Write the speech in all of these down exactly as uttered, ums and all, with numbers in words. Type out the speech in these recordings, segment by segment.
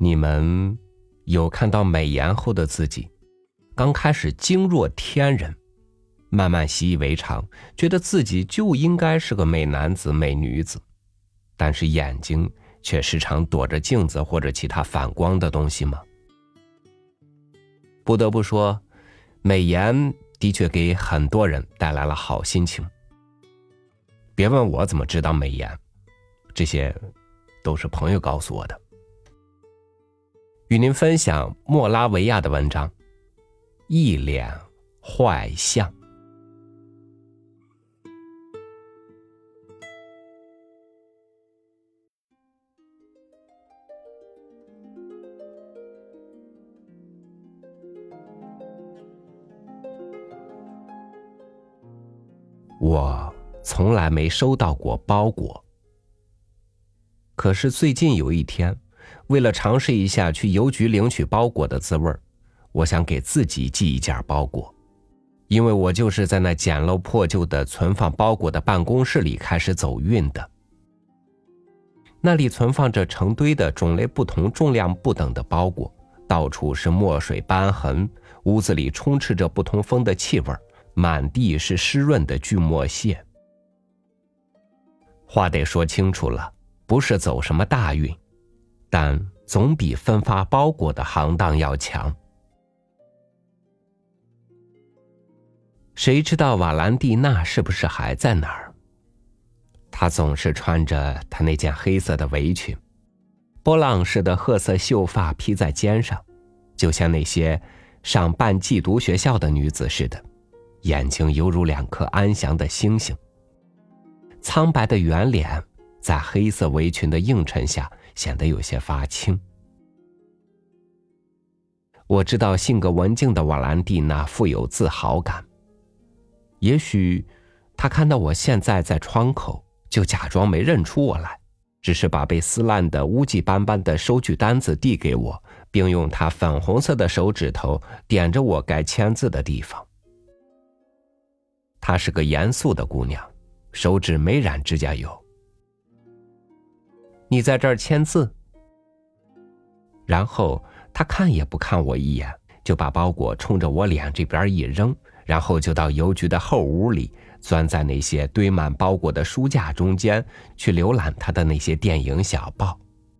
你们有看到美颜后的自己，刚开始惊若天人，慢慢习以为常，觉得自己就应该是个美男子美女子，但是眼睛却时常躲着镜子或者其他反光的东西吗？不得不说，美颜的确给很多人带来了好心情。别问我怎么知道美颜，这些都是朋友告诉我的。与您分享莫拉维亚的文章《一脸坏相》。我从来没收到过包裹，可是最近有一天，为了尝试一下去邮局领取包裹的滋味，我想给自己寄一件包裹，因为我就是在那简陋破旧的存放包裹的办公室里开始走运的。那里存放着成堆的种类不同、重量不等的包裹，到处是墨水斑痕，屋子里充斥着不通风的气味，满地是湿润的锯末屑。话得说清楚了，不是走什么大运，但总比分发包裹的行当要强。谁知道瓦兰蒂娜是不是还在那儿？她总是穿着她那件黑色的围裙，波浪式的褐色秀发披在肩上，就像那些上半寄读学校的女子似的，眼睛犹如两颗安详的星星。苍白的圆脸在黑色围裙的映衬下显得有些发青。我知道性格文静的瓦兰蒂娜富有自豪感，也许她看到我现在在窗口，就假装没认出我来，只是把被撕烂的污迹斑斑的收据单子递给我，并用她粉红色的手指头点着我该签字的地方。她是个严肃的姑娘，手指没染指甲油。你在这儿签字？然后他看也不看我一眼，就把包裹冲着我脸这边一扔，然后就到邮局的后屋里，钻在那些堆满包裹的书架中间，去浏览他的那些电影小报。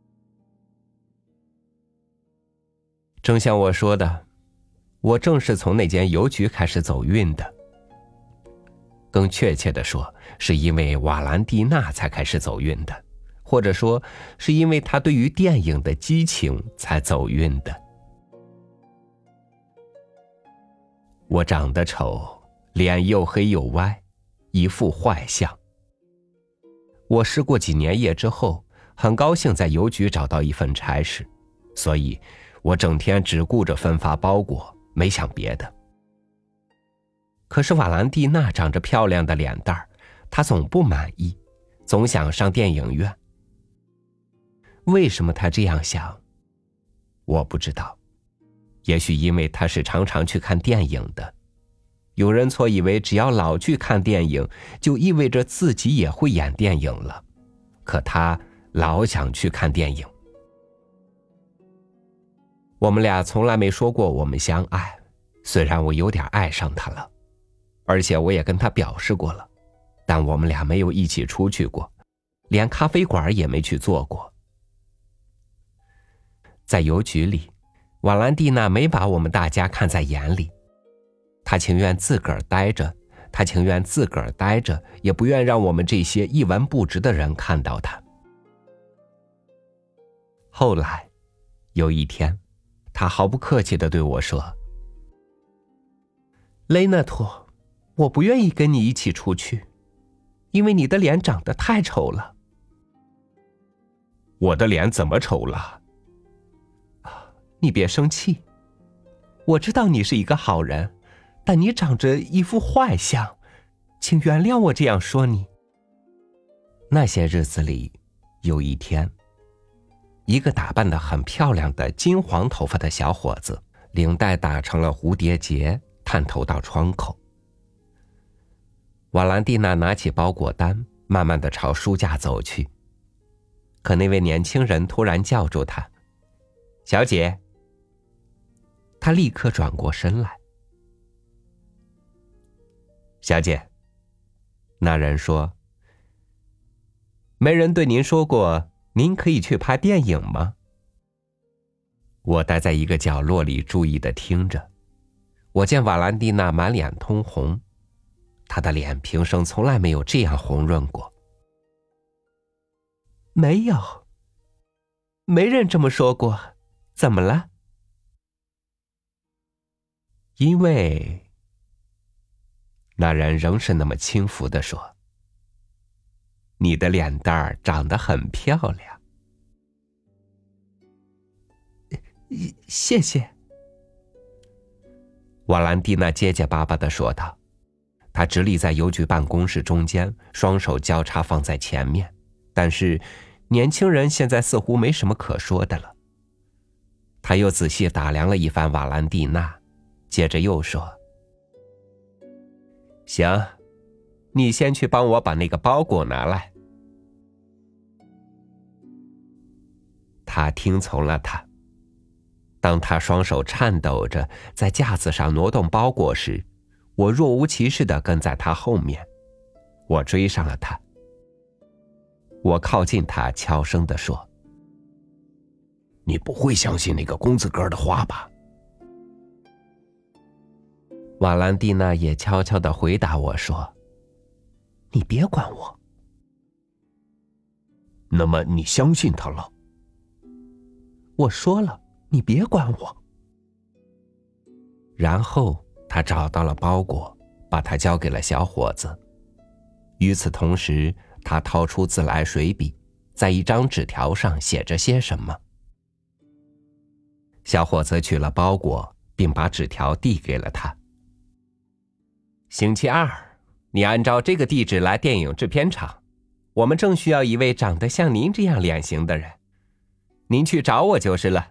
正像我说的，我正是从那间邮局开始走运的。更确切地说，是因为瓦兰蒂娜才开始走运的，或者说是因为她对于电影的激情才走运的。我长得丑，脸又黑又歪，一副坏相。我试过几年业之后，很高兴在邮局找到一份差事，所以我整天只顾着分发包裹，没想别的。可是瓦兰蒂娜长着漂亮的脸蛋儿，她总不满意，总想上电影院。为什么她这样想？我不知道。也许因为她是常常去看电影的。有人错以为只要老去看电影，就意味着自己也会演电影了。可她老想去看电影。我们俩从来没说过我们相爱，虽然我有点爱上她了。而且我也跟他表示过了，但我们俩没有一起出去过，连咖啡馆也没去坐过。在邮局里，瓦兰蒂娜没把我们大家看在眼里，她情愿自个儿待着，她情愿自个儿待着，也不愿让我们这些一文不值的人看到她。后来，有一天，她毫不客气地对我说：“雷纳托，我不愿意跟你一起出去，因为你的脸长得太丑了。”我的脸怎么丑了？你别生气，我知道你是一个好人，但你长着一副坏相，请原谅我这样说你。那些日子里，有一天，一个打扮得很漂亮的金黄头发的小伙子，领带打成了蝴蝶结，探头到窗口。瓦兰蒂娜拿起包裹单，慢慢地朝书架走去。可那位年轻人突然叫住她：“ 小姐。他立刻转过身来。小姐，那人说，没人对您说过您可以去拍电影吗？我待在一个角落里注意地听着，我见瓦兰蒂娜满脸通红，她的脸平生从来没有这样红润过。没有，没人这么说过，怎么了？因为那人仍是那么轻浮地说，你的脸蛋儿长得很漂亮。谢谢。瓦兰蒂娜结结巴巴地说道，她直立在邮局办公室中间，双手交叉放在前面，但是年轻人现在似乎没什么可说的了。他又仔细打量了一番瓦兰蒂娜，接着又说，行，你先去帮我把那个包裹拿来。他听从了他。当他双手颤抖着在架子上挪动包裹时，我若无其事地跟在他后面。我追上了他。我靠近他，悄声地说，你不会相信那个公子哥的话吧？瓦兰蒂娜也悄悄地回答我说，你别管我。那么你相信他了？我说了，你别管我。然后他找到了包裹，把它交给了小伙子。与此同时，他掏出自来水笔，在一张纸条上写着些什么。小伙子取了包裹，并把纸条递给了他。星期二，你按照这个地址来电影制片厂，我们正需要一位长得像您这样脸型的人，您去找我就是了。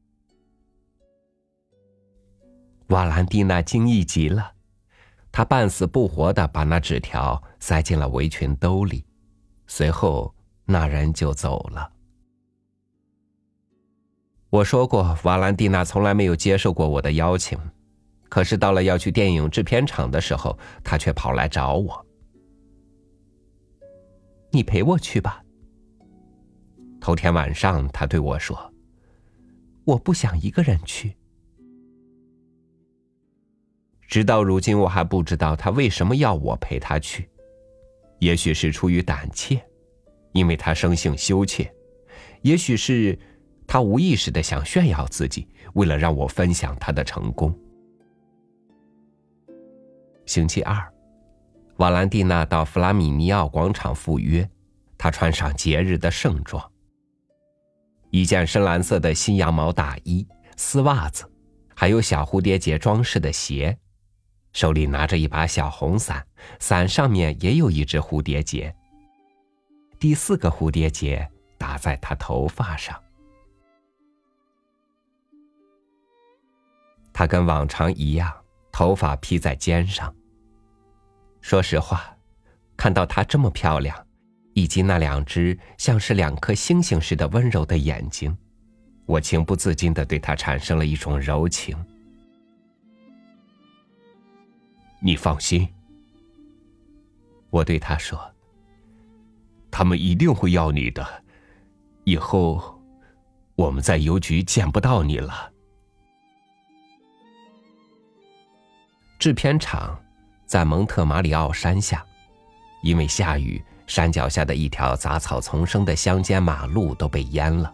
瓦兰蒂娜惊异极了，她半死不活地把那纸条塞进了围裙兜里，随后那人就走了。我说过，瓦兰蒂娜从来没有接受过我的邀请，可是到了要去电影制片厂的时候，她却跑来找我。你陪我去吧。头天晚上她对我说，我不想一个人去。直到如今我还不知道她为什么要我陪她去，也许是出于胆怯，因为她生性羞怯，也许是她无意识地想炫耀自己，为了让我分享她的成功。星期二，瓦兰蒂娜到弗拉米尼奥广场赴约，她穿上节日的盛装，一件深蓝色的新羊毛大衣、丝袜子，还有小蝴蝶结装饰的鞋，手里拿着一把小红伞，伞上面也有一只蝴蝶结。第四个蝴蝶结打在她头发上。她跟往常一样，头发披在肩上。说实话，看到她这么漂亮，以及那两只像是两颗星星似的温柔的眼睛，我情不自禁地对她产生了一种柔情。你放心，我对她说，他们一定会要你的，以后我们在邮局见不到你了。制片厂在蒙特马里奥山下，因为下雨，山脚下的一条杂草丛生的乡间马路都被淹了。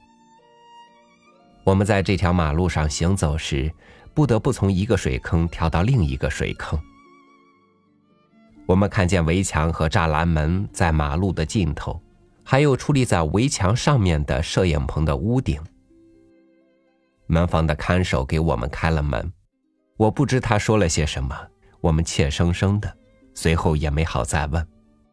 我们在这条马路上行走时，不得不从一个水坑跳到另一个水坑。我们看见围墙和栅栏门在马路的尽头，还有矗立在围墙上面的摄影棚的屋顶。门房的看守给我们开了门，我不知他说了些什么，我们怯生生的，随后也没好再问。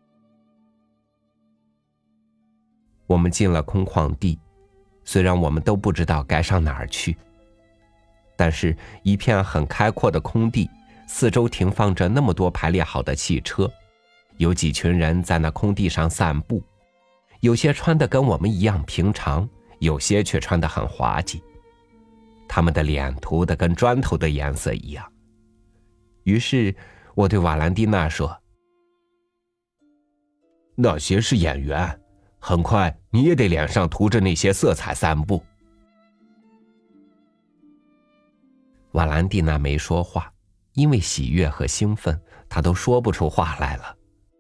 我们进了空旷地，虽然我们都不知道该上哪儿去，但是一片很开阔的空地，四周停放着那么多排列好的汽车，有几群人在那空地上散步，有些穿得跟我们一样平常，有些却穿得很滑稽， 他们的脸涂得跟砖头的颜色一样。于是我对瓦兰蒂娜说：那些是演员，很快你也得脸上涂着那些色彩散步。瓦兰蒂娜没说话，因为喜悦和兴奋，她都说不出话来了。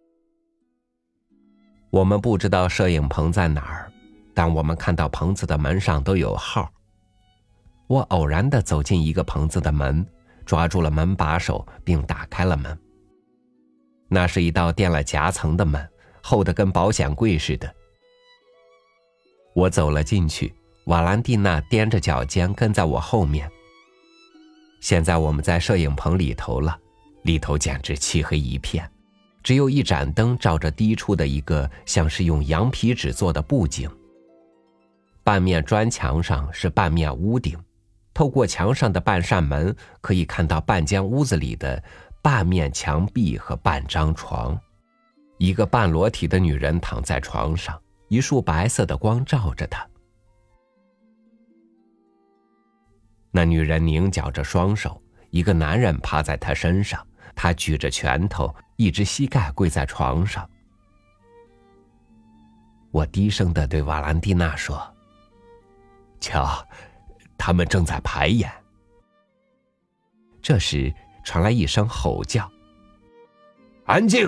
我们不知道摄影棚在哪儿，但我们看到棚子的门上都有号。我偶然地走进一个棚子的门，抓住了门把手并打开了门。那是一道垫了夹层的门，厚得跟保险柜似的。我走了进去，瓦兰蒂娜踮着脚尖跟在我后面。现在我们在摄影棚里头了，里头简直漆黑一片，只有一盏灯照着低处的一个像是用羊皮纸做的布景。半面砖墙上是半面屋顶，透过墙上的半扇门，可以看到半间屋子里的半面墙壁和半张床。一个半裸体的女人躺在床上，一束白色的光照着她。那女人拧绞着双手，一个男人趴在她身上，他举着拳头，一只膝盖跪在床上。我低声地对瓦兰蒂娜说：瞧，他们正在排演。这时传来一声吼叫：安静！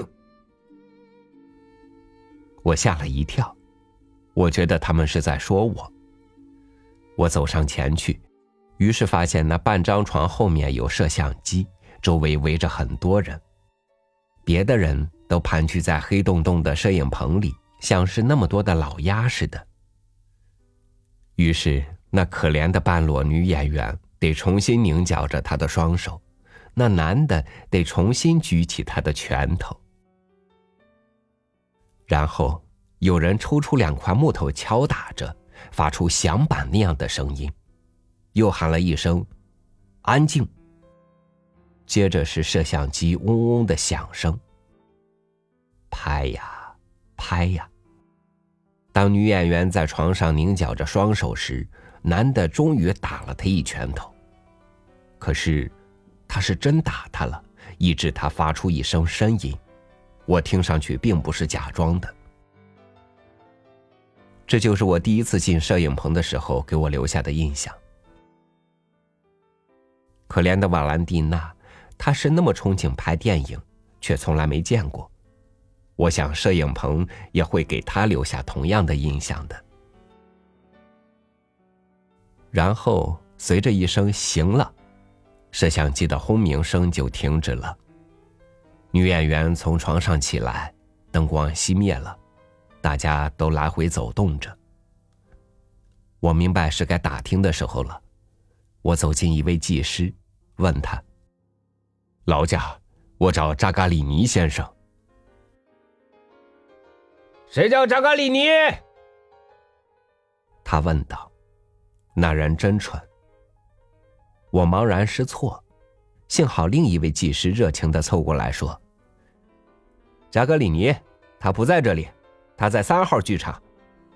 我吓了一跳，我觉得他们是在说我。我走上前去，于是发现那半张床后面有摄像机，周围围着很多人，别的人都盘踞在黑洞洞的摄影棚里，像是那么多的老鸭似的。于是那可怜的半裸女演员得重新拧绞着她的双手，那男的得重新举起他的拳头。然后有人抽出两块木头敲打着，发出响板那样的声音，又喊了一声安静。接着是摄像机嗡嗡的响声，拍呀拍呀。当女演员在床上拧绞着双手时，男的终于打了她一拳头。可是他是真打她了，以致她发出一声呻吟，我听上去并不是假装的。这就是我第一次进摄影棚的时候给我留下的印象。可怜的瓦兰蒂娜，她是那么憧憬拍电影，却从来没见过。我想摄影棚也会给她留下同样的印象的。然后随着一声行了，摄像机的轰鸣声就停止了。女演员从床上起来，灯光熄灭了，大家都来回走动着。我明白是该打听的时候了。我走进一位技师，问他：劳驾，我找扎嘎里尼先生。谁叫扎嘎里尼？他问道。那人真蠢。我茫然失措，幸好另一位技师热情地凑过来说：扎格里尼，他不在这里，他在三号剧场。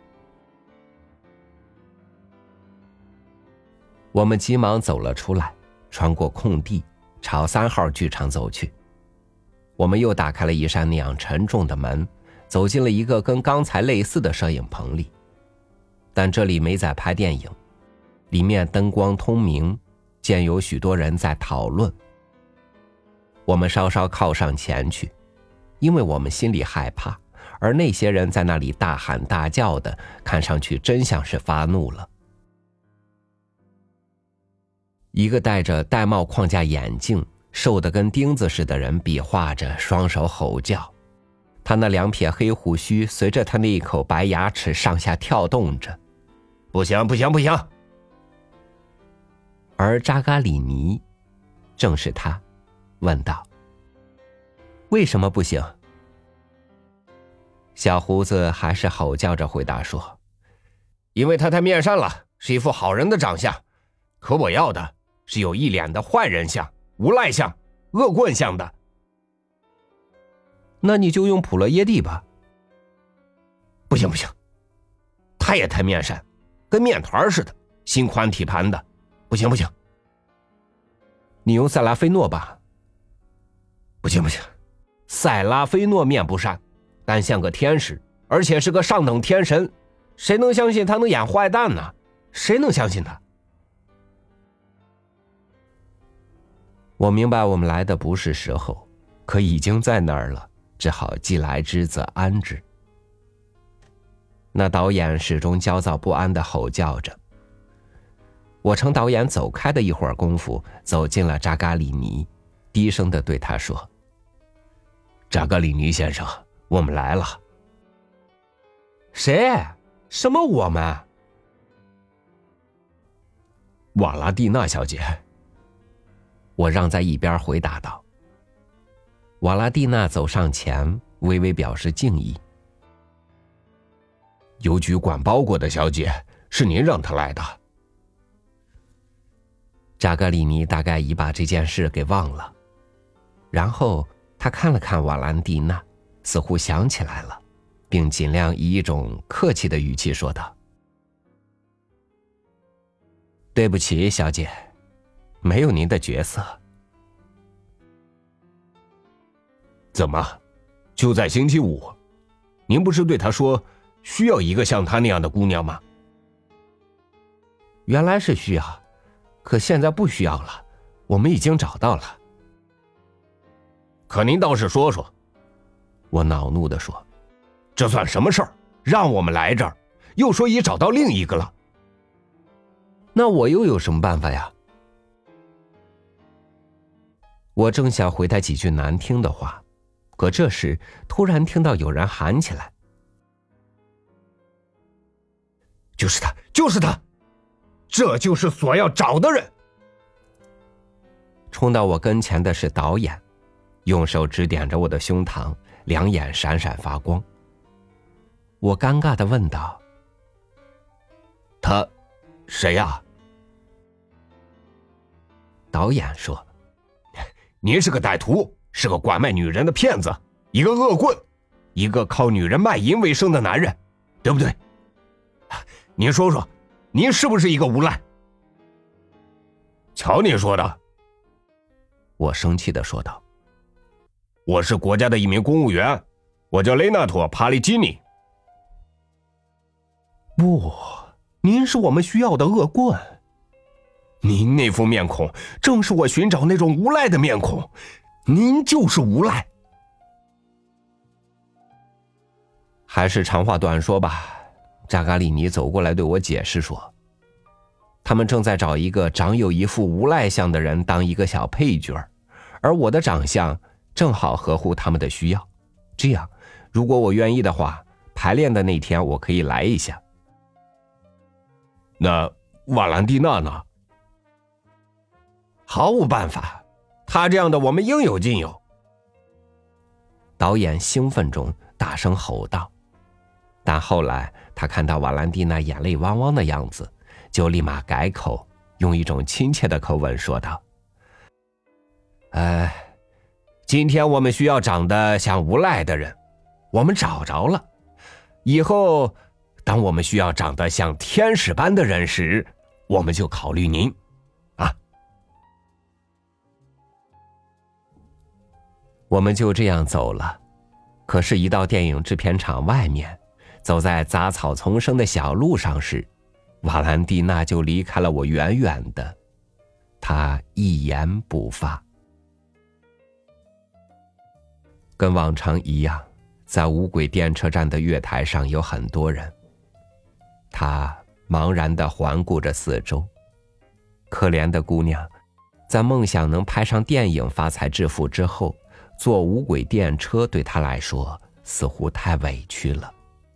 我们急忙走了出来，穿过空地，朝三号剧场走去。我们又打开了一扇那样沉重的门，走进了一个跟刚才类似的摄影棚里，但这里没在拍电影，里面灯光通明，见有许多人在讨论。我们稍稍靠上前去，因为我们心里害怕，而那些人在那里大喊大叫的，看上去真像是发怒了。一个戴着玳瑁框架眼镜、瘦得跟钉子似的人比划着，双手吼叫，他那两撇黑胡须随着他那一口白牙齿上下跳动着。不行不行不行！而扎嘎里尼正是他，问道：为什么不行？小胡子还是吼叫着回答说：因为他太面善了，是一副好人的长相，可我要的是有一脸的坏人相、无赖相、恶棍相的。那你就用普罗耶蒂吧。不行不行，他也太面善，跟面团似的，心宽体盘的， 不行不行，你用塞拉菲诺吧。不行不行，塞拉菲诺面不善，但像个天使，而且是个上等天神，谁能相信他能演坏蛋呢？谁能相信他？我明白我们来的不是时候，可已经在那儿了，只好既来之则安之。那导演始终焦躁不安地吼叫着。我趁导演走开的一会儿功夫，走进了扎嘎里尼，低声地对他说：扎嘎里尼先生，我们来了。谁？什么我们？瓦拉蒂娜小姐。我让在一边回答道。瓦拉蒂娜走上前，微微表示敬意。邮局管包裹的小姐，是您让她来的。扎格里尼大概已把这件事给忘了，然后他看了看瓦兰蒂娜，似乎想起来了，并尽量以一种客气的语气说道：对不起，小姐，没有您的角色。怎么，就在星期五，您不是对她说需要一个像她那样的姑娘吗？原来是需要，可现在不需要了，我们已经找到了。可您倒是说说，我恼怒地说，这算什么事儿？让我们来这儿，又说已找到另一个了。那我又有什么办法呀？我正想回他几句难听的话，可这时突然听到有人喊起来：就是他，就是他，这就是所要找的人。冲到我跟前的是导演，用手指点着我的胸膛，两眼闪闪发光。我尴尬地问道：他谁呀？导演说：您是个歹徒，是个拐卖女人的骗子，一个恶棍，一个靠女人卖淫为生的男人，对不对？您说说，您是不是一个无赖？瞧你说的，我生气地说道。我是国家的一名公务员，我叫雷纳托·帕利基尼。不，您是我们需要的恶棍。您那副面孔正是我寻找那种无赖的面孔，您就是无赖。还是长话短说吧，扎嘎里尼走过来对我解释说，他们正在找一个长有一副无赖相的人当一个小配角，而我的长相正好合乎他们的需要，这样如果我愿意的话，排练的那天我可以来一下。那瓦兰蒂娜呢？毫无办法，他这样的我们应有尽有。导演兴奋中大声吼道，但后来他看到瓦兰蒂娜眼泪汪汪的样子，就立马改口，用一种亲切的口吻说道：哎，今天我们需要长得像无赖的人，我们找着了，以后当我们需要长得像天使般的人时，我们就考虑您啊。我们就这样走了，可是一到电影制片厂外面，走在杂草丛生的小路上时，瓦兰蒂娜就离开了我远远的，她一言不发。跟往常一样，在无轨电车站的月台上有很多人，她茫然地环顾着四周。可怜的姑娘，在梦想能拍上电影发财致富之后，坐无轨电车对她来说似乎太委屈了。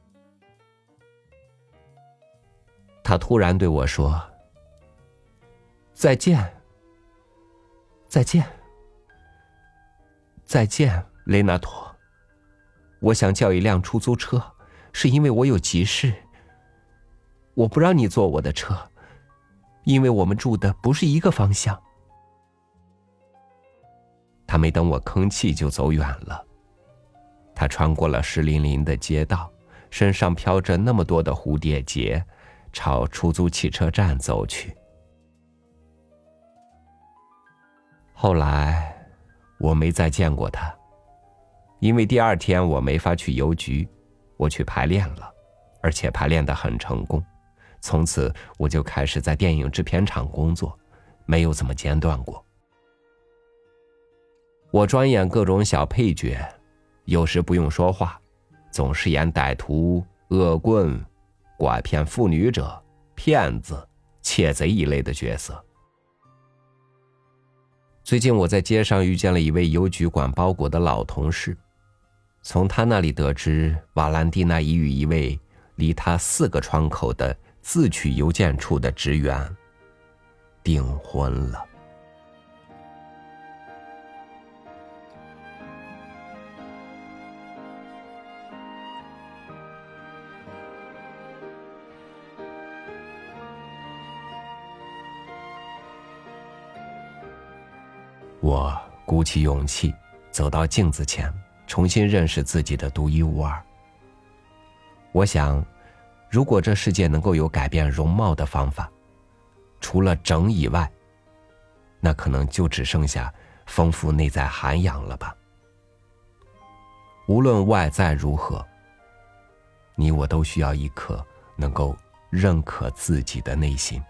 她突然对我说：再见，再见，再见，雷纳托。我想叫一辆出租车，是因为我有急事。我不让你坐我的车，因为我们住的不是一个方向。他没等我吭气就走远了。他穿过了湿淋淋的街道，身上飘着那么多的蝴蝶结，朝出租汽车站走去。 后来我没再见过他，因为第二天我没法去邮局，我去排练了，而且排练得很成功。从此我就开始在电影制片厂工作，没有怎么间断过。我专演各种小配角，有时不用说话，总是演歹徒、恶棍、拐骗妇女者、骗子、窃贼一类的角色。最近我在街上遇见了一位邮局管包裹的老同事，从他那里得知瓦兰蒂娜已与一位离他四个窗口的自取邮件处的职员订婚了。我鼓起勇气走到镜子前，重新认识自己的独一无二。我想，如果这世界能够有改变容貌的方法，除了整以外，那可能就只剩下丰富内在涵养了吧。无论外在如何，你我都需要一颗能够认可自己的内心。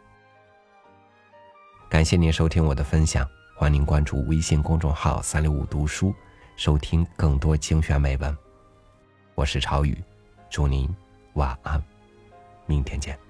感谢您收听我的分享，欢迎您关注微信公众号三六五读书，收听更多精选美文。我是朝雨，祝您晚安，明天见。